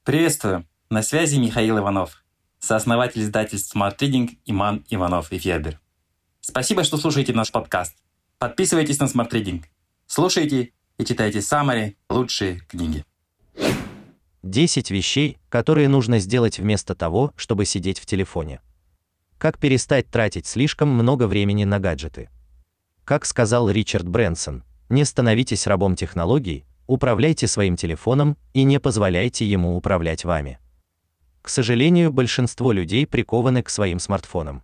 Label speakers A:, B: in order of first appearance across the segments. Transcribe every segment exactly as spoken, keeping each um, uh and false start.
A: Приветствую! На связи Михаил Иванов, сооснователь издательств Smart Reading Иман Иванов и Федер. Спасибо, что слушаете наш подкаст. Подписывайтесь на Smart Reading. Слушайте и читайте самые лучшие книги.
B: десять вещей, которые нужно сделать вместо того, чтобы сидеть в телефоне. Как перестать тратить слишком много времени на гаджеты. Как сказал Ричард Брэнсон, не становитесь рабом технологий, управляйте своим телефоном и не позволяйте ему управлять вами. К сожалению, большинство людей прикованы к своим смартфонам.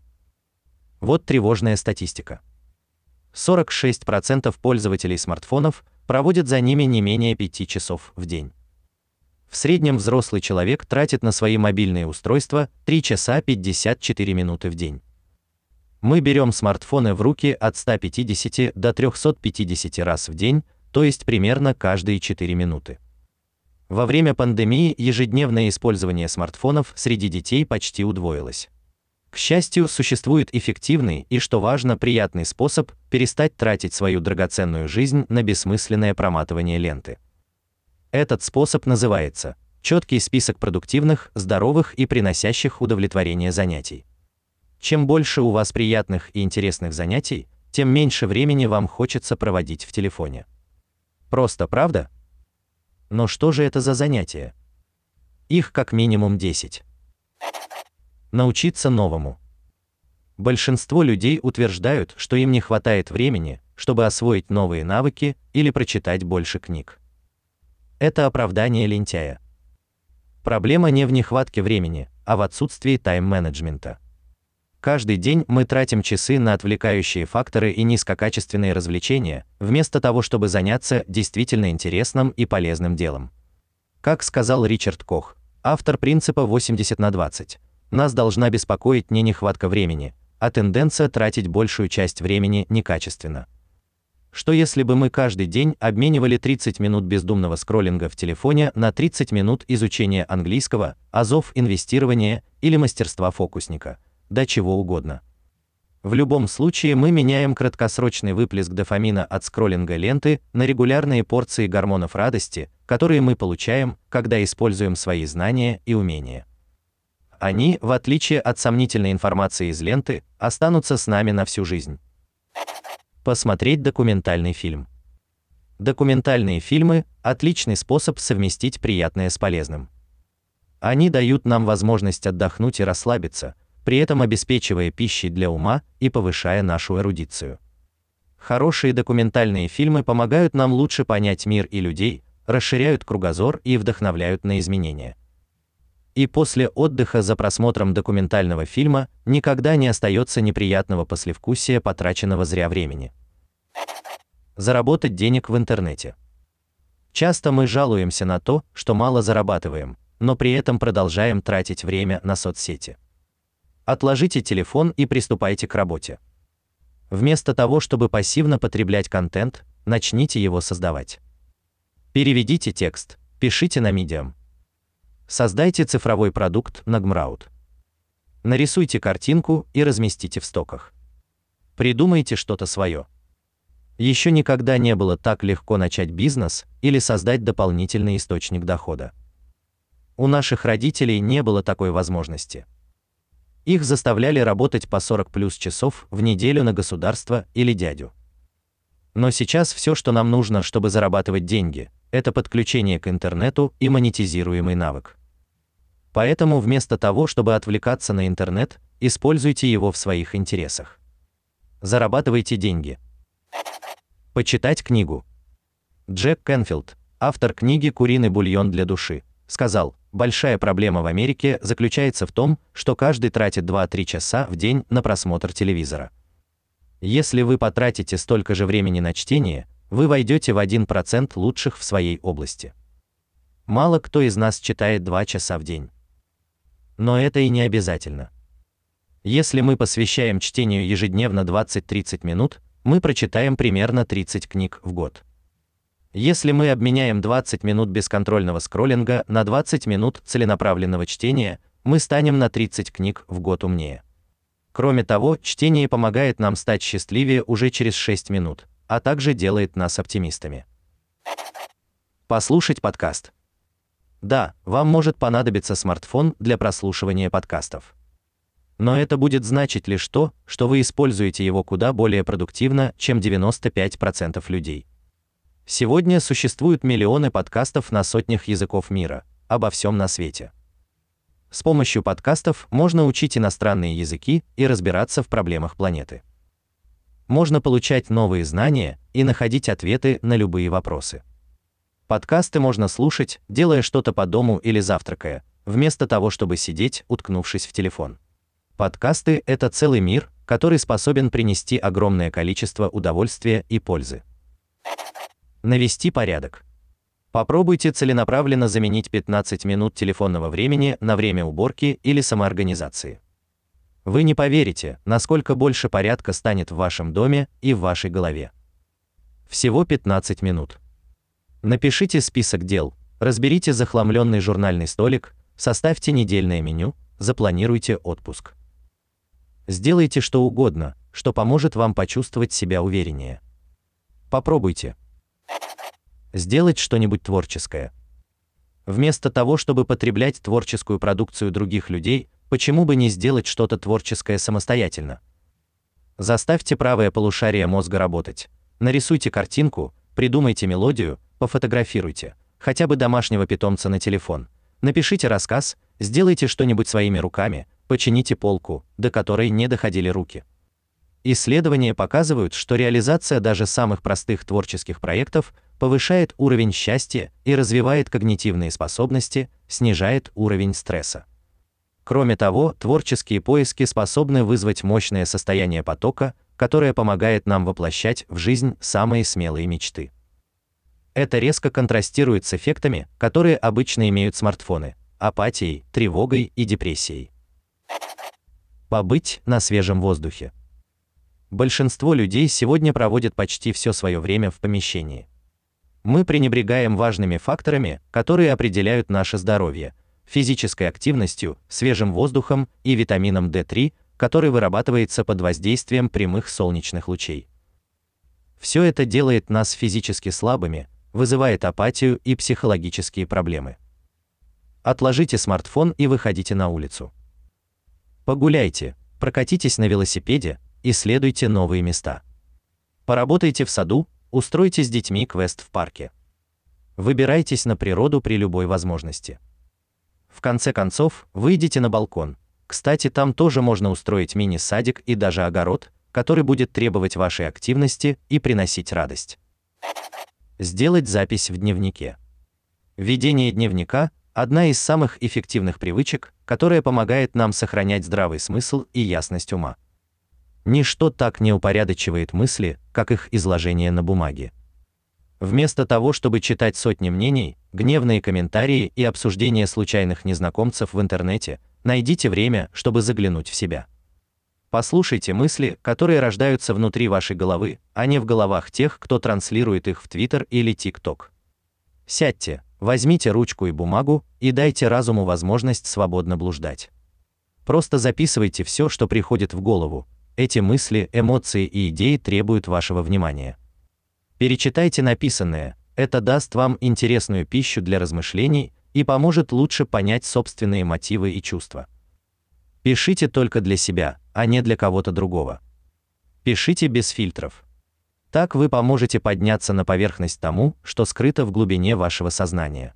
B: Вот тревожная статистика. сорок шесть процентов пользователей смартфонов проводят за ними не менее пяти часов в день. В среднем взрослый человек тратит на свои мобильные устройства три часа пятьдесят четыре минуты в день. Мы берем смартфоны в руки от ста пятидесяти до трёхсот пятидесяти раз в день, то есть примерно каждые четыре минуты. Во время пандемии ежедневное использование смартфонов среди детей почти удвоилось. К счастью, существует эффективный и, что важно, приятный способ перестать тратить свою драгоценную жизнь на бессмысленное проматывание ленты. Этот способ называется четкий список продуктивных, здоровых и приносящих удовлетворение занятий. Чем больше у вас приятных и интересных занятий, тем меньше времени вам хочется проводить в телефоне. Просто, правда? Но что же это за занятия? Их как минимум десять. Научиться новому. Большинство людей утверждают, что им не хватает времени, чтобы освоить новые навыки или прочитать больше книг. Это оправдание лентяя. Проблема не в нехватке времени, а в отсутствии тайм-менеджмента. Каждый день мы тратим часы на отвлекающие факторы и низкокачественные развлечения, вместо того, чтобы заняться действительно интересным и полезным делом. Как сказал Ричард Кох, автор принципа восемьдесят на двадцать, нас должна беспокоить не нехватка времени, а тенденция тратить большую часть времени некачественно. Что если бы мы каждый день обменивали тридцать минут бездумного скроллинга в телефоне на тридцать минут изучения английского, азов инвестирования или мастерства фокусника? Да чего угодно. В любом случае мы меняем краткосрочный выплеск дофамина от скроллинга ленты на регулярные порции гормонов радости, которые мы получаем, когда используем свои знания и умения. Они, в отличие от сомнительной информации из ленты, останутся с нами на всю жизнь. Посмотреть документальный фильм. Документальные фильмы – отличный способ совместить приятное с полезным. Они дают нам возможность отдохнуть и расслабиться, при этом обеспечивая пищей для ума и повышая нашу эрудицию. Хорошие документальные фильмы помогают нам лучше понять мир и людей, расширяют кругозор и вдохновляют на изменения. И после отдыха за просмотром документального фильма никогда не остается неприятного послевкусия потраченного зря времени. Заработать денег в интернете. Часто мы жалуемся на то, что мало зарабатываем, но при этом продолжаем тратить время на соцсети. Отложите телефон и приступайте к работе. Вместо того, чтобы пассивно потреблять контент, начните его создавать. Переведите текст, пишите на Medium. Создайте цифровой продукт на Gumroad. Нарисуйте картинку и разместите в стоках. Придумайте что-то свое. Еще никогда не было так легко начать бизнес или создать дополнительный источник дохода. У наших родителей не было такой возможности. Их заставляли работать по сорок плюс часов в неделю на государство или дядю. Но сейчас все, что нам нужно, чтобы зарабатывать деньги, это подключение к интернету и монетизируемый навык. Поэтому вместо того, чтобы отвлекаться на интернет, используйте его в своих интересах. Зарабатывайте деньги. Почитать книгу. Джек Кенфилд, автор книги «Куриный бульон для души», сказал: большая проблема в Америке заключается в том, что каждый тратит два-три часа в день на просмотр телевизора. Если вы потратите столько же времени на чтение, вы войдете в один процент лучших в своей области. Мало кто из нас читает два часа в день. Но это и не обязательно. Если мы посвящаем чтению ежедневно двадцать-тридцать минут, мы прочитаем примерно тридцать книг в год. Если мы обменяем двадцать минут бесконтрольного скроллинга на двадцать минут целенаправленного чтения, мы станем на тридцать книг в год умнее. Кроме того, чтение помогает нам стать счастливее уже через шесть минут, а также делает нас оптимистами. Послушать подкаст. Да, вам может понадобиться смартфон для прослушивания подкастов. Но это будет значить лишь то, что вы используете его куда более продуктивно, чем девяносто пять процентов людей. Сегодня существуют миллионы подкастов на сотнях языков мира, обо всем на свете. С помощью подкастов можно учить иностранные языки и разбираться в проблемах планеты. Можно получать новые знания и находить ответы на любые вопросы. Подкасты можно слушать, делая что-то по дому или завтракая, вместо того, чтобы сидеть, уткнувшись в телефон. Подкасты — это целый мир, который способен принести огромное количество удовольствия и пользы. Навести порядок. Попробуйте целенаправленно заменить пятнадцать минут телефонного времени на время уборки или самоорганизации. Вы не поверите, насколько больше порядка станет в вашем доме и в вашей голове. Всего пятнадцать минут. Напишите список дел, разберите захламленный журнальный столик, составьте недельное меню, запланируйте отпуск. Сделайте что угодно, что поможет вам почувствовать себя увереннее. Попробуйте. Сделать что-нибудь творческое. Вместо того, чтобы потреблять творческую продукцию других людей, почему бы не сделать что-то творческое самостоятельно? Заставьте правое полушарие мозга работать. Нарисуйте картинку, придумайте мелодию, пофотографируйте, хотя бы домашнего питомца на телефон. Напишите рассказ, сделайте что-нибудь своими руками, почините полку, до которой не доходили руки. Исследования показывают, что реализация даже самых простых творческих проектов повышает уровень счастья и развивает когнитивные способности, снижает уровень стресса. Кроме того, творческие поиски способны вызвать мощное состояние потока, которое помогает нам воплощать в жизнь самые смелые мечты. Это резко контрастирует с эффектами, которые обычно имеют смартфоны: апатией, тревогой и депрессией. Побыть на свежем воздухе. Большинство людей сегодня проводят почти все свое время в помещении. Мы пренебрегаем важными факторами, которые определяют наше здоровье: физической активностью, свежим воздухом и витамином дэ три, который вырабатывается под воздействием прямых солнечных лучей. Все это делает нас физически слабыми, вызывает апатию и психологические проблемы. Отложите смартфон и выходите на улицу. Погуляйте, прокатитесь на велосипеде, исследуйте новые места. Поработайте в саду, устройте с детьми квест в парке. Выбирайтесь на природу при любой возможности. В конце концов, выйдите на балкон. Кстати, там тоже можно устроить мини-садик и даже огород, который будет требовать вашей активности и приносить радость. Сделать запись в дневнике. Ведение дневника – одна из самых эффективных привычек, которая помогает нам сохранять здравый смысл и ясность ума. Ничто так не упорядочивает мысли, как их изложение на бумаге. Вместо того, чтобы читать сотни мнений, гневные комментарии и обсуждения случайных незнакомцев в интернете, найдите время, чтобы заглянуть в себя. Послушайте мысли, которые рождаются внутри вашей головы, а не в головах тех, кто транслирует их в Твиттер или ТикТок. Сядьте, возьмите ручку и бумагу и дайте разуму возможность свободно блуждать. Просто записывайте все, что приходит в голову. Эти мысли, эмоции и идеи требуют вашего внимания. Перечитайте написанное, это даст вам интересную пищу для размышлений и поможет лучше понять собственные мотивы и чувства. Пишите только для себя, а не для кого-то другого. Пишите без фильтров. Так вы поможете подняться на поверхность тому, что скрыто в глубине вашего сознания.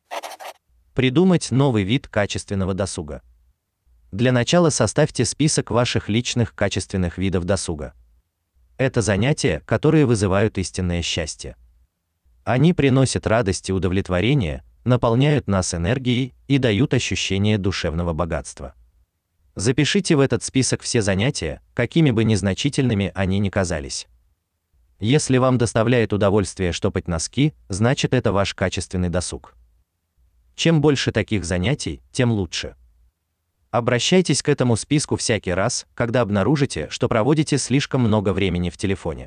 B: Придумать новый вид качественного досуга. Для начала составьте список ваших личных качественных видов досуга. Это занятия, которые вызывают истинное счастье. Они приносят радость и удовлетворение, наполняют нас энергией и дают ощущение душевного богатства. Запишите в этот список все занятия, какими бы незначительными они ни казались. Если вам доставляет удовольствие штопать носки, значит, это ваш качественный досуг. Чем больше таких занятий, тем лучше. Обращайтесь к этому списку всякий раз, когда обнаружите, что проводите слишком много времени в телефоне.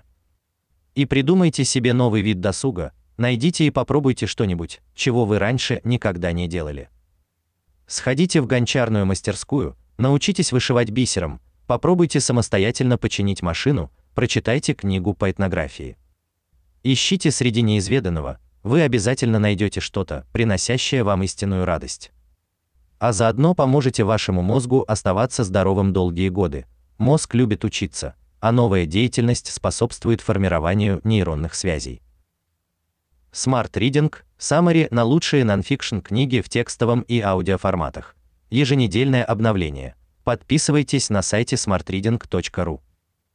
B: И придумайте себе новый вид досуга, найдите и попробуйте что-нибудь, чего вы раньше никогда не делали. Сходите в гончарную мастерскую, научитесь вышивать бисером, попробуйте самостоятельно починить машину, прочитайте книгу по этнографии. Ищите среди неизведанного, вы обязательно найдете что-то, приносящее вам истинную радость. А заодно поможете вашему мозгу оставаться здоровым долгие годы. Мозг любит учиться, а новая деятельность способствует формированию нейронных связей. Smart Reading – Summary на лучшие нонфикшн книги в текстовом и аудиоформатах. Еженедельное обновление. Подписывайтесь на сайте смарт ридинг точка ру.